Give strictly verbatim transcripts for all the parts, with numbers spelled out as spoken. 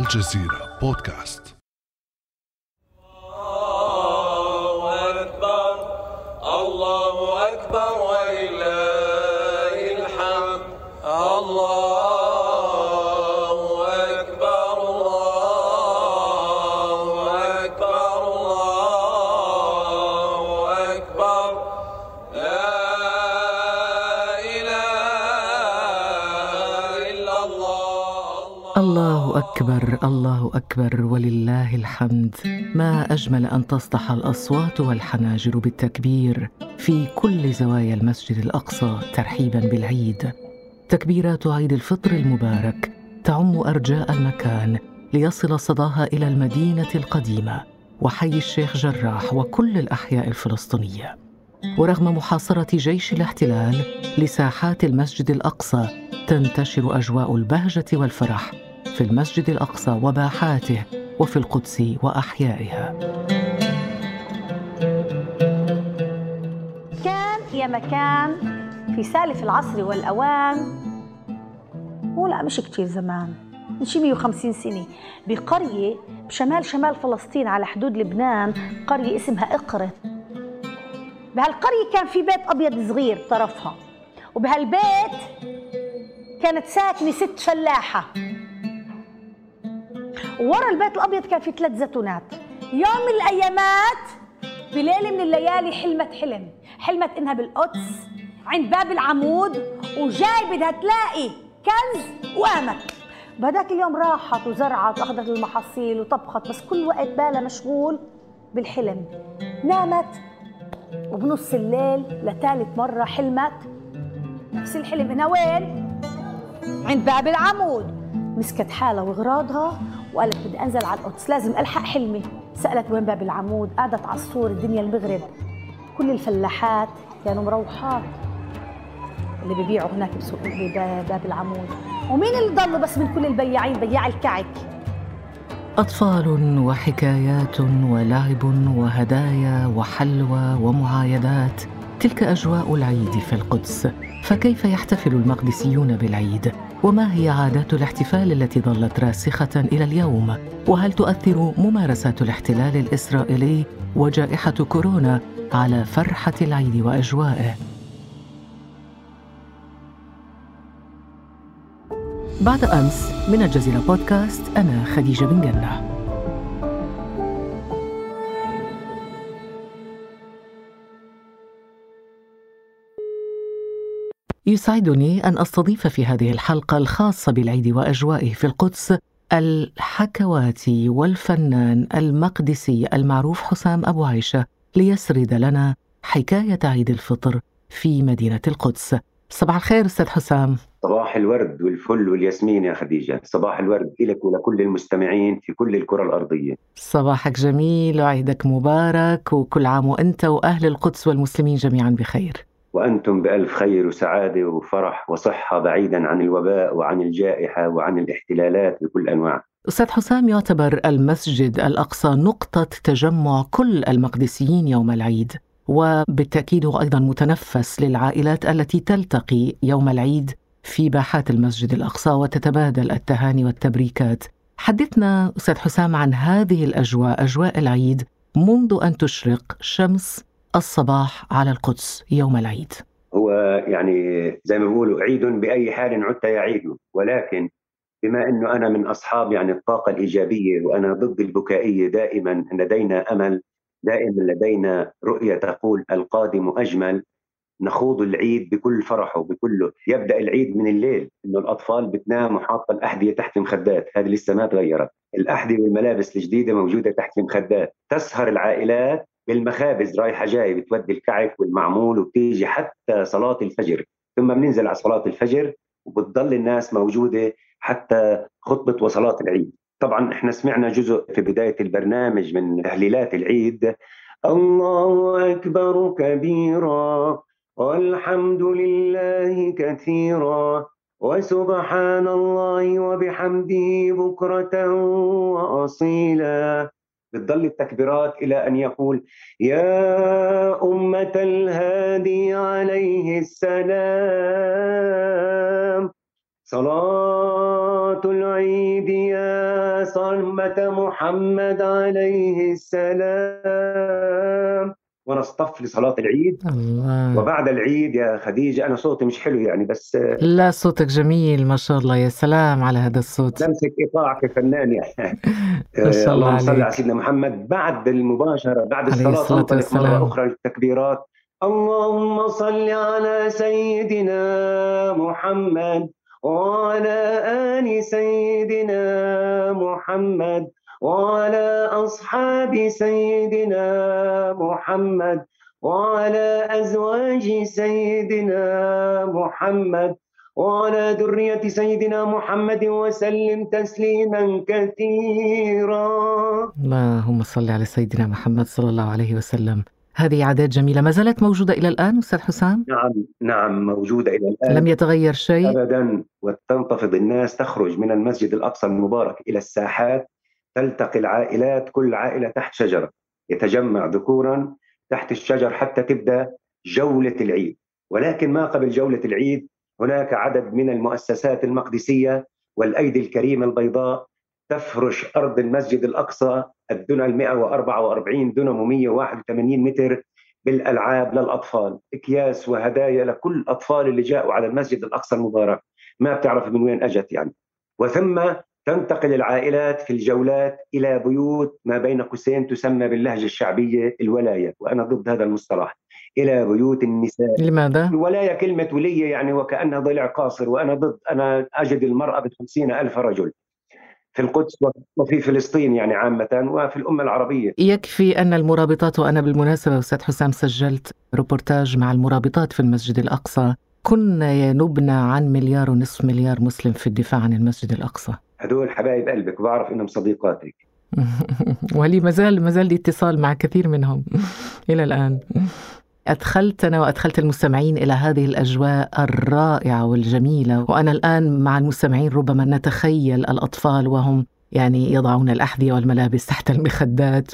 الجزيرة بودكاست. الله أكبر الله أكبر ولله الحمد. الله أكبر الله أكبر الله أكبر لا إله إلا الله. الله أكبر الله أكبر ولله الحمد. ما أجمل أن تصدح الأصوات والحناجر بالتكبير في كل زوايا المسجد الأقصى ترحيباً بالعيد. تكبيرات عيد الفطر المبارك تعم أرجاء المكان ليصل صداها إلى المدينة القديمة وحي الشيخ جراح وكل الأحياء الفلسطينية. ورغم محاصرة جيش الاحتلال لساحات المسجد الأقصى، تنتشر أجواء البهجة والفرح في المسجد الأقصى وباحاته وفي القدس وأحيائها. كان يا مكان في سالف العصر والأوان، مو لا مش كتير زمان، من شي مية وخمسين سنة، بقرية بشمال شمال فلسطين على حدود لبنان، قرية اسمها إقرة. بهالقرية كان في بيت أبيض صغير بطرفها، وبهالبيت كانت ساكنة ست فلاحة، وورا البيت الأبيض كان في ثلاث زيتونات. يوم من الأيامات بليلة من الليالي حلمت حلم حلمت إنها بالقدس عند باب العمود، وجاي بدها تلاقي كنز، وقامت بهداك اليوم راحت وزرعت وأخذت المحاصيل وطبخت، بس كل وقت بالها مشغول بالحلم. نامت وبنص الليل لثالث مرة حلمت نفس الحلم، إنها وين؟ عند باب العمود. مسكت حالها وغراضها وقالت بدي أنزل على القدس، لازم ألحق حلمي. سألت وين باب العمود، قعدت على السور، الدنيا المغرب، كل الفلاحات كانوا مروحات اللي بيبيعوا هناك بسوق بباب العمود. ومين اللي ضلوا بس من كل البياعين؟ بياع الكعك. أطفال وحكايات ولعب وهدايا وحلوى ومعايدات، تلك أجواء العيد في القدس. فكيف يحتفل المقدسيون بالعيد؟ وما هي عادات الاحتفال التي ظلت راسخة إلى اليوم؟ وهل تؤثر ممارسات الاحتلال الإسرائيلي وجائحة كورونا على فرحة العيد وأجوائه؟ بعد أمس من الجزيرة بودكاست، أنا خديجة بن جنة. يسعدني أن أستضيف في هذه الحلقة الخاصة بالعيد وأجوائه في القدس الحكواتي والفنان المقدسي المعروف حسام أبو عيشة، ليسرد لنا حكاية عيد الفطر في مدينة القدس. صباح الخير أستاذ حسام. صباح الورد والفل والياسمين يا خديجة. صباح الورد لك ولكل المستمعين في كل الكرة الأرضية. صباحك جميل وعيدك مبارك، وكل عام وأنت وأهل القدس والمسلمين جميعا بخير. وأنتم بألف خير وسعادة وفرح وصحة، بعيدا عن الوباء وعن الجائحة وعن الاحتلالات بكل أنواع. أستاذ حسام، يعتبر المسجد الأقصى نقطة تجمع كل المقدسيين يوم العيد، وبالتأكيد هو أيضا متنفس للعائلات التي تلتقي يوم العيد في باحات المسجد الأقصى وتتبادل التهاني والتبريكات. حدثنا أستاذ حسام عن هذه الأجواء، أجواء العيد منذ أن تشرق شمس الصباح على القدس يوم العيد. هو يعني زي ما بيقولوا عيد بأي حال عدت يعيد، ولكن بما أنه أنا من أصحاب يعني الطاقة الإيجابية وأنا ضد البكائية، دائما لدينا أمل، دائما لدينا رؤية تقول القادم أجمل. نخوض العيد بكل فرحه بكله. يبدأ العيد من الليل، إنه الأطفال بتنام وحاطة الأحذية تحت المخدات، هذه لسه ما تغيرت. الأحذية والملابس الجديدة موجودة تحت المخدات. تسهر العائلات بالمخابز رايحة جاي، بتودي الكعك والمعمول، وبتيجي حتى صلاة الفجر، ثم بننزل على صلاة الفجر، وبتضل الناس موجودة حتى خطبة وصلاة العيد. طبعا احنا سمعنا جزء في بداية البرنامج من تهليلات العيد: الله أكبر كبيرا والحمد لله كثيرا وسبحان الله وبحمده بكرة وأصيلا. بتضل التكبيرات إلى أن يقول: يا أمة الهادي عليه السلام، صلاة العيد يا صمة محمد عليه السلام، ونصطف لصلاة العيد. الله. وبعد العيد يا خديجة، أنا صوتي مش حلو يعني، بس لا صوتك جميل ما شاء الله، يا سلام على هذا الصوت. بمسك إيقاع كفنان يعني. ما شاء الله اللهم صل على عليك. سيدنا محمد. بعد المباشرة بعد عليه الصلاة الصلاة تنطلق والسلام. مرة أخرى للتكبيرات. اللهم صل على سيدنا محمد وعلى آل سيدنا محمد وعلى أصحاب سيدنا محمد وعلى أزواج سيدنا محمد وعلى ذرية سيدنا محمد وسلم تسليما كثيرا. اللهم صل على سيدنا محمد صلى الله عليه وسلم. هذه عادات جميلة ما زالت موجودة إلى الآن أستاذ حسام؟ نعم نعم موجودة إلى الآن، لم يتغير شيء أبدا. وتنتفض الناس، تخرج من المسجد الأقصى المبارك إلى الساحات، تلتقي العائلات، كل عائلة تحت شجرة، يتجمع ذكورا تحت الشجر حتى تبدأ جولة العيد. ولكن ما قبل جولة العيد هناك عدد من المؤسسات المقدسية والأيدي الكريمة البيضاء تفرش أرض المسجد الأقصى الدنى مئة وأربعة وأربعين دنم ومئة وواحد وثمانين متر بالألعاب للأطفال، أكياس وهدايا لكل الأطفال اللي جاءوا على المسجد الأقصى المبارك، ما بتعرف من وين أجت يعني. وثم تنتقل العائلات في الجولات إلى بيوت ما بين قوسين تسمى باللهجة الشعبية الولاية، وأنا ضد هذا المصطلح، إلى بيوت النساء. لماذا؟ الولاية كلمة ولية يعني وكأنها ضلع قاصر، وأنا ضد. أنا أجد المرأة بخمسين ألف رجل في القدس وفي فلسطين يعني عامة وفي الأمة العربية. يكفي أن المرابطات، وأنا بالمناسبة أستاذ حسام سجلت روبورتاج مع المرابطات في المسجد الأقصى، كنا ينبنى عن مليار ونصف مليار مسلم في الدفاع عن المسجد الأقصى. هدول حبايب قلبك، بعرف إنهم صديقاتك. ولي مازال مازال لي اتصال مع كثير منهم إلى الآن. أدخلتنا وأدخلت المستمعين إلى هذه الأجواء الرائعة والجميلة، وأنا الآن مع المستمعين ربما نتخيل الأطفال وهم يعني يضعون الأحذية والملابس تحت المخدات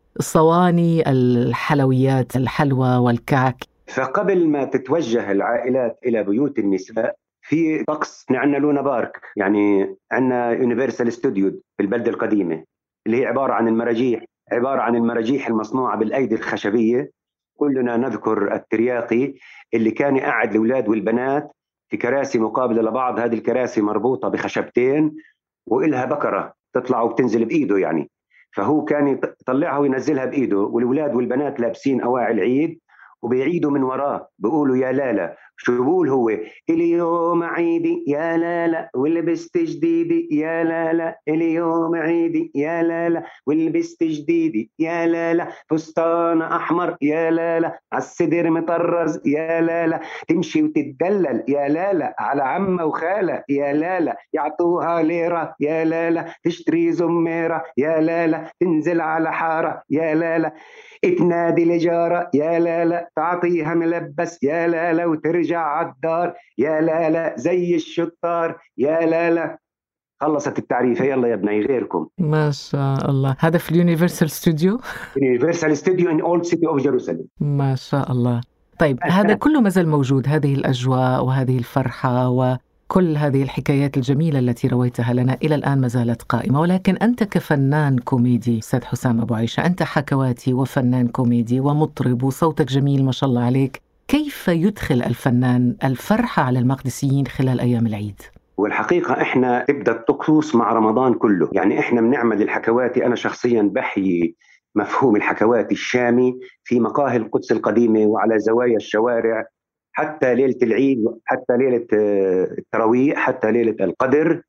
وصواني الحلويات الحلوى والكعك. فقبل ما تتوجه العائلات إلى بيوت النساء في طقس، عندنا لونا بارك، يعني عندنا يونيفرسال ستوديو في البلدة القديمة اللي هي عبارة عن المراجيح عبارة عن المراجيح المصنوعة بالأيدي الخشبية. كلنا نذكر الترياقي اللي كان يقعد الأولاد والبنات في كراسي مقابلة لبعض، هذه الكراسي مربوطة بخشبتين وإلها بكرة تطلع وبتنزل بإيده يعني، فهو كان يطلعها وينزلها بإيده، والأولاد والبنات لابسين أواعي العيد وبيعيدوا من وراه بيقولوا يا لالا. شو بقول هو؟ اليوم عيدي يا لالا ولبست جديدي يا لالا، اليوم عيدي يا لالا ولبست جديدي يا لالا، فستان أحمر يا لالا عالصدر مطرز يا لالا، تمشي وتتدلل يا لالا على عمة وخالة يا لالا، يعطوها ليرة يا لالا، تشتري زميرة يا لالا، تنزل على حارة يا لالا، تنادي لجارة يا لالا، تعطيها ملبس يا لالا، وترجع عالدار يا لالا زي الشطار يا لالا. خلصت التعريفة، يلا يا ابني غيركم. ما شاء الله. هذا في اليونيفرسال ستوديو؟ يونيفرسال ستوديو in old city of Jerusalem. ما شاء الله. طيب هذا كله ما زال موجود، هذه الأجواء وهذه الفرحة وكل هذه الحكايات الجميلة التي رويتها لنا إلى الآن ما زالت قائمة، ولكن أنت كفنان كوميدي أستاذ حسام أبو عيشة، أنت حكواتي وفنان كوميدي ومطرب وصوتك جميل ما شاء الله عليك، كيف يدخل الفنان الفرحة على المقدسيين خلال أيام العيد؟ والحقيقة إحنا تبدأ الطقوس مع رمضان كله، يعني إحنا بنعمل الحكواتي، أنا شخصيا بحيي مفهوم الحكواتي الشامي في مقاهي القدس القديمة وعلى زوايا الشوارع، حتى ليلة العيد، حتى ليلة التراويح، حتى ليلة القدر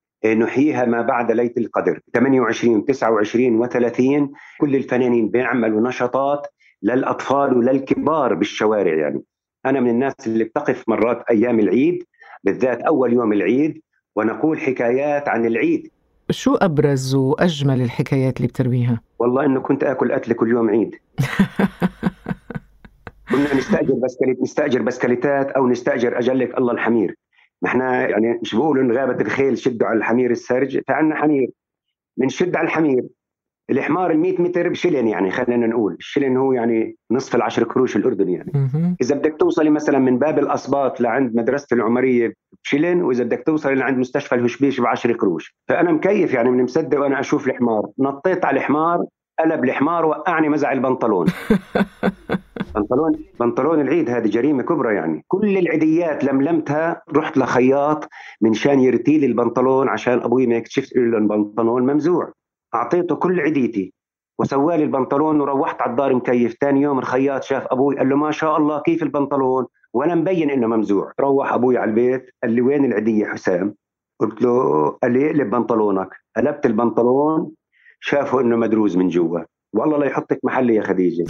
نحييها ما بعد ليلة القدر ثمانية وعشرين وتسعة وعشرين وثلاثين. كل الفنانين بيعملوا نشاطات للأطفال وللكبار بالشوارع. يعني أنا من الناس اللي بتقف مرات أيام العيد بالذات أول يوم العيد ونقول حكايات عن العيد. شو أبرز وأجمل الحكايات اللي بترويها؟ والله إنه كنت أكل قتل كل يوم عيد. كنا نستأجر بسكليت نستأجر بسكليتات أو نستأجر أجلك الله الحمير. احنا يعني مش بقولوا إن غابة الخيل شدوا على الحمير السرج، فعنا حمير بنشد على الحمير الحمار المئة متر بشلن، يعني خلينا نقول الشلن هو يعني نصف العشر قروش الأردني يعني. مهم. إذا بدك توصلي مثلا من باب الأصباط لعند مدرسة العمرية بشلن، وإذا بدك توصلي لعند مستشفى الهشبيش بعشر قروش. فأنا مكيف يعني من مصدق وأنا أشوف الحمار. نطيت على الحمار، قلب الحمار وقعني مزع البنطلون. بنطلون بنطلون العيد، هذه جريمة كبرى يعني. كل العيديات لملمتها، رحت لخياط من شان يرتيلي البنطلون عشان أبوي ما يكتشف له البنطلون ممزوع. أعطيته كل عديتي وسوالي البنطلون وروحت على الدار مكيف. تاني يوم الخياط شاف أبوي قال له ما شاء الله كيف البنطلون، ولا مبين إنه ممزوع. روح أبوي على البيت قال لي وين العدية حسام؟ قلت له، قال لي اقلب بنطلونك. قلبت البنطلون، شافوا إنه مدروز من جوا. والله لا يحطك محلي يا خديجة.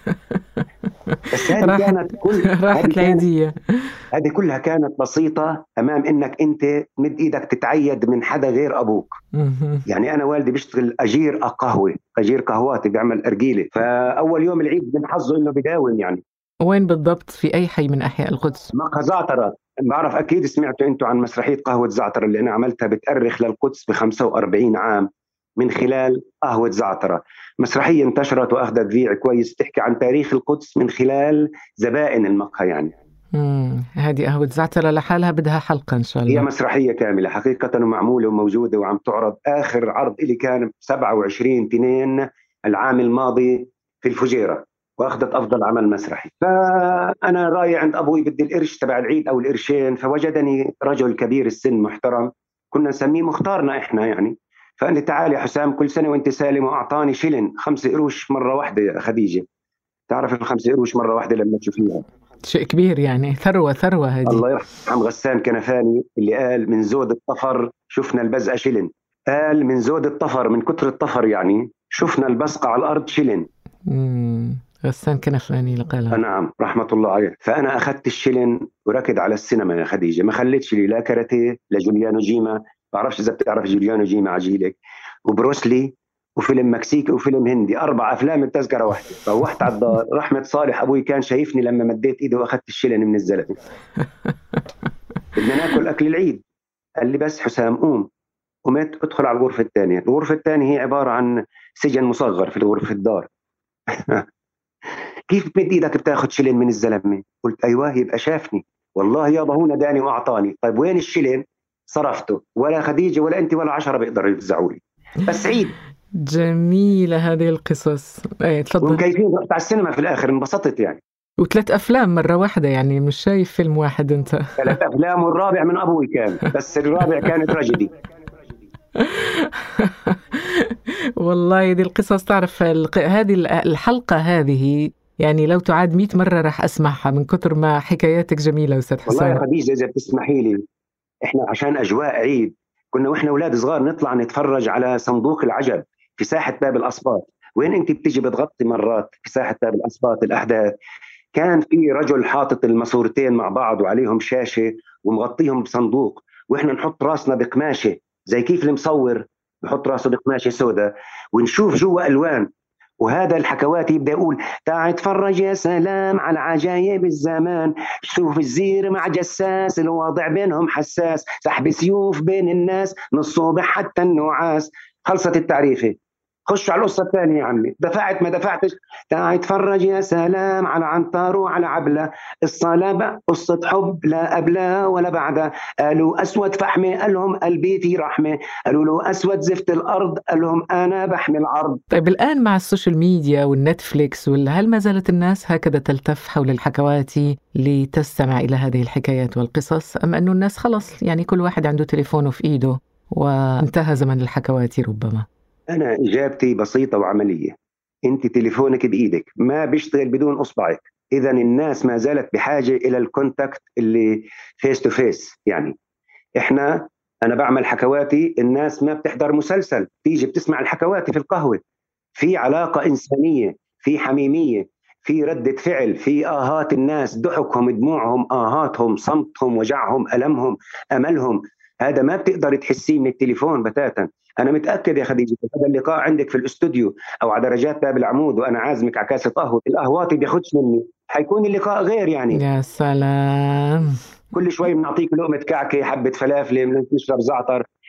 بس هذه كانت كل راحت العيدية. هذه كلها كانت بسيطة أمام إنك أنت مد إيدك تتعيد من حدا غير أبوك. يعني أنا والدي بيشتغل أجير قهوة، أجير قهواتي، بيعمل أرجيلة. فأول يوم العيد بنحظه إنه بداوم يعني. وين بالضبط؟ في أي حي من أحياء القدس؟ مقهى زعترة. بعرف أكيد سمعتوا أنتوا عن مسرحية قهوة زعترة اللي أنا عملتها، بتأرخ للقدس بخمسة وأربعين عام من خلال قهوة زعترة. مسرحية انتشرت وأخذت ذيع كويس، تحكي عن تاريخ القدس من خلال زبائن المقهى يعني. امم هذه قهوة زعترة لحالها بدها حلقة إن شاء الله. هي مسرحية كاملة حقيقة ومعمولة وموجودة وعم تعرض. آخر عرض اللي كان سبعة وعشرين اثنين العام الماضي في الفجيرة، وأخذت أفضل عمل مسرحي. فأنا رايح عند أبوي بدي القرش تبع العيد أو القرشين، فوجدني رجل كبير السن محترم، كنا نسميه مختارنا إحنا يعني. فقال لي تعال يا حسام كل سنة وانت سالم، وأعطاني شلن خمس قروش مرة واحدة يا خديجة. تعرف الخمس قروش مرة واحدة لما تشوفيها شيء كبير يعني، ثروة ثروة هذه. الله يرحم غسان كنفاني اللي قال من زود الطفر شفنا البزقة شلن. قال من زود الطفر، من كتر الطفر يعني شفنا البزقة على الأرض شلن. امم غسان كنفاني لقالها. نعم رحمة الله عليه. فأنا أخذت الشلن وركض على السينما يا خديجة. ما خليتش لي لا كاراتيه لا جوليانو جيما، بعرفش إذا بتعرف جوليانو جيما عجيلك، وبروسلي، وفيلم مكسيكي وفيلم هندي، أربع أفلام التذكرة واحدة. روحت على الدار، رحمة صالح أبوي كان شايفني لما مديت إيدي وأخذت الشلن من الزلمة. بدنا ناكل أكل العيد. قال لي بس حسام قوم. قمت أدخل على الغرفة الثانية. الغرفة الثانية هي عبارة عن سجن مصغر في الغرفة الدار. كيف بمد إيدك بتاخد شلن من الزلمة؟ قلت أيوة يبقى شافني. والله يابا هو نداني وأعطاني. طيب وين الشلن؟ صرفته. ولا خديجة ولا أنت ولا عشرة بيقدروا يفزعوا لي. بس عيد. جميلة هذه القصص. ايه تفضل. وكيفين رحت على السينما في الآخر، انبسطت يعني. وثلاث أفلام مرة واحدة يعني، مش شايف فيلم واحد أنت. ثلاث أفلام والرابع من أبوي كان، بس الرابع كان تراجيدي. والله دي القصص تعرف الق... هذه الحلقة هذه يعني لو تعاد مئة مرة راح أسمعها من كتر ما حكاياتك جميلة أستاذ حسام. والله يا خديجة إذا بتسمحي لي، إحنا عشان أجواء عيد كنا وإحنا أولاد صغار نطلع نتفرج على صندوق العجب في ساحة باب الأسباط. وين أنت بتيجي بتغطي مرات في ساحة باب الأسباط الأحداث، كان في رجل حاطط الماسورتين مع بعض وعليهم شاشة ومغطيهم بصندوق، وإحنا نحط راسنا بقماشة زي كيف المصور بحط راسه بقماشة سوداء ونشوف جوا ألوان. وهذا الحكوات يبدأ يقول تعال اتفرج يا سلام على عجايب الزمان، شوف الزير مع جساس الوضع بينهم حساس، سحب سيوف بين الناس من الصبح حتى النعاس. خلصت التعريفة، خش على القصة الثانية يا عمي. دفعت ما دفعتش، تعال اتفرج يا سلام على عنتر وعلى عبلة، الصلابة قصة حب لا قبلها ولا بعدها. قالوا أسود فحمة قال لهم قلبي في رحمة، قالوا له أسود زفت الأرض قال لهم أنا بحمي العرض. طيب الآن مع السوشيال ميديا والنتفليكس، هل ما زالت الناس هكذا تلتف حول الحكواتي لتستمع إلى هذه الحكايات والقصص، أم أنه الناس خلص يعني كل واحد عنده تليفونه في إيده وانتهى زمن الحكواتي ربما؟ أنا إجابتي بسيطة وعملية. أنت تليفونك بإيدك ما بيشتغل بدون أصبعك، إذا الناس ما زالت بحاجة إلى الكونتاكت اللي فيس تو فيس. يعني إحنا أنا بعمل حكواتي، الناس ما بتحضر مسلسل، تيجي بتسمع الحكواتي في القهوة. في علاقة إنسانية، في حميمية، في ردة فعل، في آهات الناس، ضحكهم، دموعهم، آهاتهم، صمتهم، وجعهم، ألمهم، أملهم. هذا ما بتقدر تحسيه من التليفون بتاتا. أنا متأكد يا خديجة هذا اللقاء عندك في الاستوديو أو على درجات باب العمود وأنا عازمك على كاسة قهوة، القهواتي بياخدش مني، حيكون اللقاء غير يعني. يا سلام. كل شوي بنعطيك لقمة كعكة، حبة فلافل، نشرب زعتر،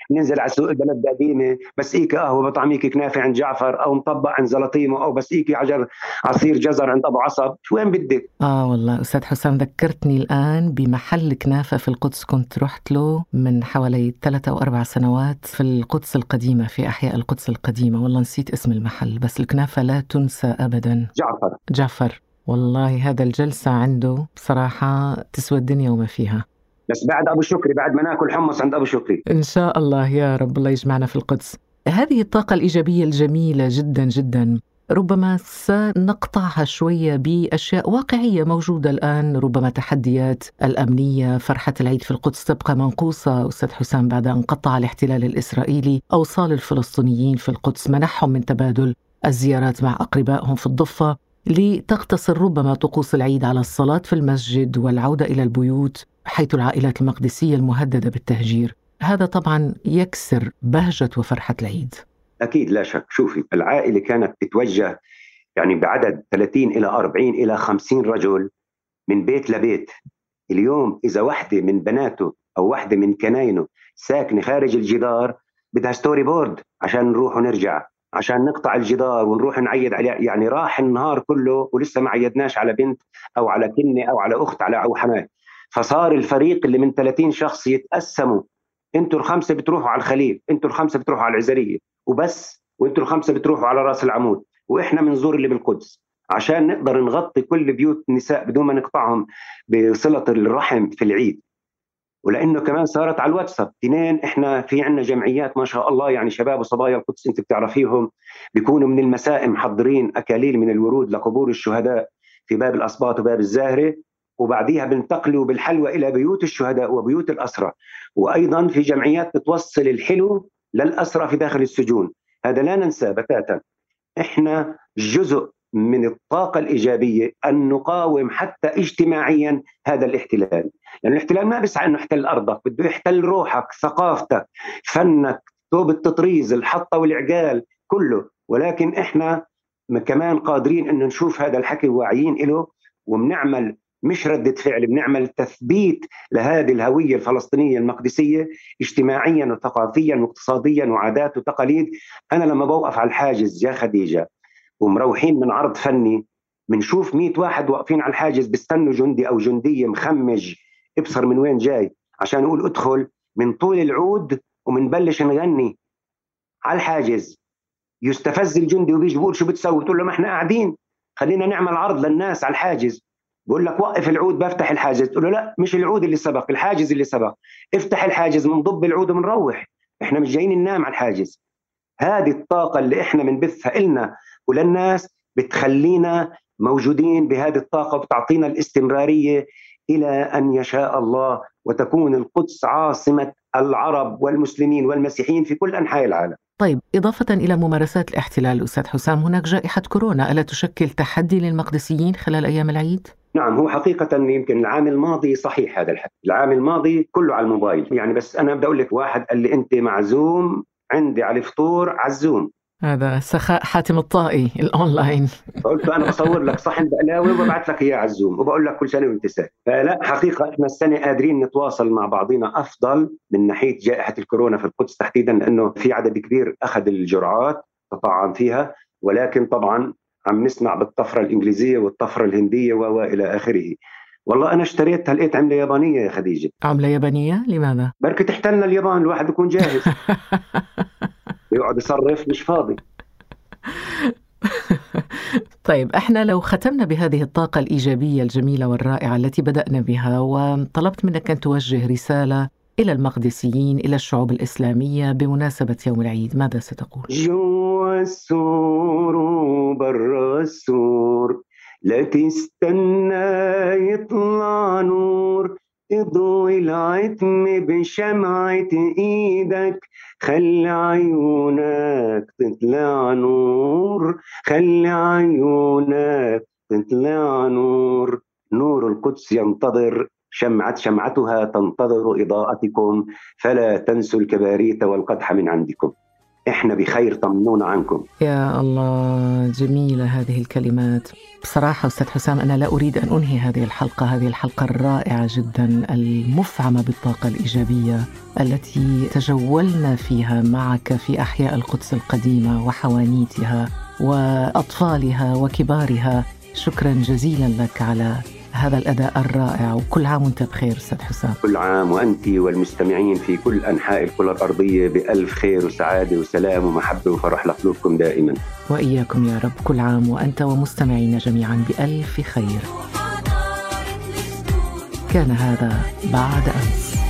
ننزل على سوق البلد قديمة بسقيكي قهوة بطعميكي كنافة عند جعفر، أو مطبق عند زلطيمه، أو بسقيكي عجر عصير جزر عند أبو عصب. شو وين بدك؟ آه والله أستاذ حسام ذكرتني الآن بمحل كنافة في القدس كنت رحت له من حوالي ثلاثة أو أربع سنوات في القدس القديمة، في أحياء القدس القديمة، والله نسيت اسم المحل بس الكنافة لا تنسى أبدا. جعفر جعفر والله هذا الجلسة عنده بصراحة تسوى الدنيا وما فيها. بس بعد أبو شكري، بعد ما ناكل حمص عند أبو شكري إن شاء الله يا رب، الله يجمعنا في القدس. هذه الطاقة الإيجابية الجميلة جدا جدا ربما سنقطعها شوية بأشياء واقعية موجودة الآن، ربما تحديات الأمنية. فرحة العيد في القدس تبقى منقوصة أستاذ حسام بعد أن قطع الاحتلال الإسرائيلي أوصال الفلسطينيين في القدس، منحهم من تبادل الزيارات مع أقربائهم في الضفة، لتقتصر ربما طقوس العيد على الصلاة في المسجد والعودة إلى البيوت، حيث العائلات المقدسية المهددة بالتهجير. هذا طبعا يكسر بهجة وفرحة العيد. أكيد لا شك. شوفي، العائلة كانت تتوجه يعني بعدد ثلاثين إلى أربعين إلى خمسين رجل من بيت لبيت. اليوم إذا واحدة من بناته أو واحدة من كناينه ساكنة خارج الجدار بدها ستوري بورد عشان نروح ونرجع، عشان نقطع الجدار ونروح نعيد عليه. يعني راح النهار كله ولسه ما عيدناش على بنت أو على كنة أو على أخت على أو حماة. فصار الفريق اللي من ثلاثين شخص يتقسموا، انتوا الخمسة بتروحوا على الخليل، انتوا الخمسة بتروحوا على العزرية وبس، وانتوا الخمسة بتروحوا على راس العمود، واحنا بنزور اللي بالقدس، عشان نقدر نغطي كل بيوت النساء بدون ما نقطعهم بصلة الرحم في العيد. ولانه كمان صارت على الواتساب. اثنين، احنا في عندنا جمعيات ما شاء الله، يعني شباب وصبايا القدس انت بتعرفيهم، بيكونوا من المساء محضرين اكاليل من الورود لقبور الشهداء في باب الاسباط وباب الزاهره، وبعديها بنتقلوا بالحلوى الى بيوت الشهداء وبيوت الاسرى. وايضا في جمعيات بتوصل الحلو للاسرى في داخل السجون. هذا لا ننسى بتاتا. احنا جزء من الطاقة الإيجابية أن نقاوم حتى اجتماعيا هذا الاحتلال، لأن يعني الاحتلال ما بيسعى أنه يحتل أرضك، بده يحتل روحك، ثقافتك، فنك، توب التطريز، الحطة والعقال كله. ولكن إحنا كمان قادرين أن نشوف هذا الحكي واعيين له، وبنعمل مش ردة فعل، بنعمل تثبيت لهذه الهوية الفلسطينية المقدسية اجتماعيا وثقافيا واقتصاديا وعادات وتقاليد. أنا لما بوقف على الحاجز يا خديجة ومروحين من عرض فني، بنشوف مئة واحد واقفين على الحاجز بيستنوا جندي أو جندية مخمج ابصر من وين جاي عشان يقول ادخل، من طول العود ومنبلش نغني على الحاجز. يستفز الجندي وبيجي بيقول شو بتسوي؟ بتقول له ما احنا قاعدين خلينا نعمل عرض للناس على الحاجز. بقول لك وقف العود بفتح الحاجز، تقول له لا مش العود اللي سبق، الحاجز اللي سبق. افتح الحاجز منضب العود ومنروح، احنا مش جايين ننام على الحاجز. هذه الطاقة اللي احنا بنبثها إلنا وللناس بتخلينا موجودين بهذه الطاقة، وبتعطينا الاستمرارية إلى أن يشاء الله وتكون القدس عاصمة العرب والمسلمين والمسيحيين في كل أنحاء العالم. طيب، إضافة إلى ممارسات الاحتلال أستاذ حسام، هناك جائحة كورونا، ألا تشكل تحدي للمقدسيين خلال أيام العيد؟ نعم، هو حقيقة يمكن العام الماضي صحيح هذا الحكي، العام الماضي كله على الموبايل يعني. بس أنا بدي أقول لك، واحد قال لي أنت معزوم عندي على الفطور على الزوم. هذا سخاء حاتم الطائي الأونلاين. قلت له أنا بصور لك صحن بقلاوي وببعث لك إياه على الزوم وبقول لك كل سنة وأنت سهل. فلا حقيقة إحنا السنة قادرين نتواصل مع بعضنا أفضل من ناحية جائحة الكورونا في القدس تحديدا، لأنه في عدد كبير أخذ الجرعات تطعم فيها، ولكن طبعا عم نسمع بالطفرة الإنجليزية والطفرة الهندية وإلى آخره. والله أنا اشتريتها لقيت عملة يابانية يا خديجة. عملة يابانية؟ لماذا؟ بركة تحتلنا اليابان، الواحد يكون جاهز. يقعد يصرف مش فاضي. طيب، احنا لو ختمنا بهذه الطاقة الإيجابية الجميلة والرائعة التي بدأنا بها، وطلبت منك أن توجه رسالة إلى المقدسيين، إلى الشعوب الإسلامية بمناسبة يوم العيد، ماذا ستقول؟ جوا السور وبرا السور لا تستنى يطلع نور، اضوي العتم بشمعة ايدك، خلي عيونك تطلع نور، خلي عيونك تطلع نور. نور القدس ينتظر، شمعت شمعتها تنتظر إضاءتكم، فلا تنسوا الكباريت والقدح من عندكم. إحنا بخير، طمنونا عنكم. يا الله، جميلة هذه الكلمات. بصراحة أستاذ حسام، أنا لا أريد أن أنهي هذه الحلقة هذه الحلقة الرائعة جدا المفعمة بالطاقة الإيجابية التي تجولنا فيها معك في أحياء القدس القديمة وحوانيتها وأطفالها وكبارها. شكرا جزيلا لك على هذا الأداء الرائع، وكل عام وأنت بخير أستاذ حسام. كل عام وأنت والمستمعين في كل أنحاء الكرة الأرضية بألف خير وسعادة وسلام ومحبة وفرح لقلوبكم دائما. وإياكم يا رب، كل عام وأنت ومستمعين جميعا بألف خير. كان هذا بعد أمس.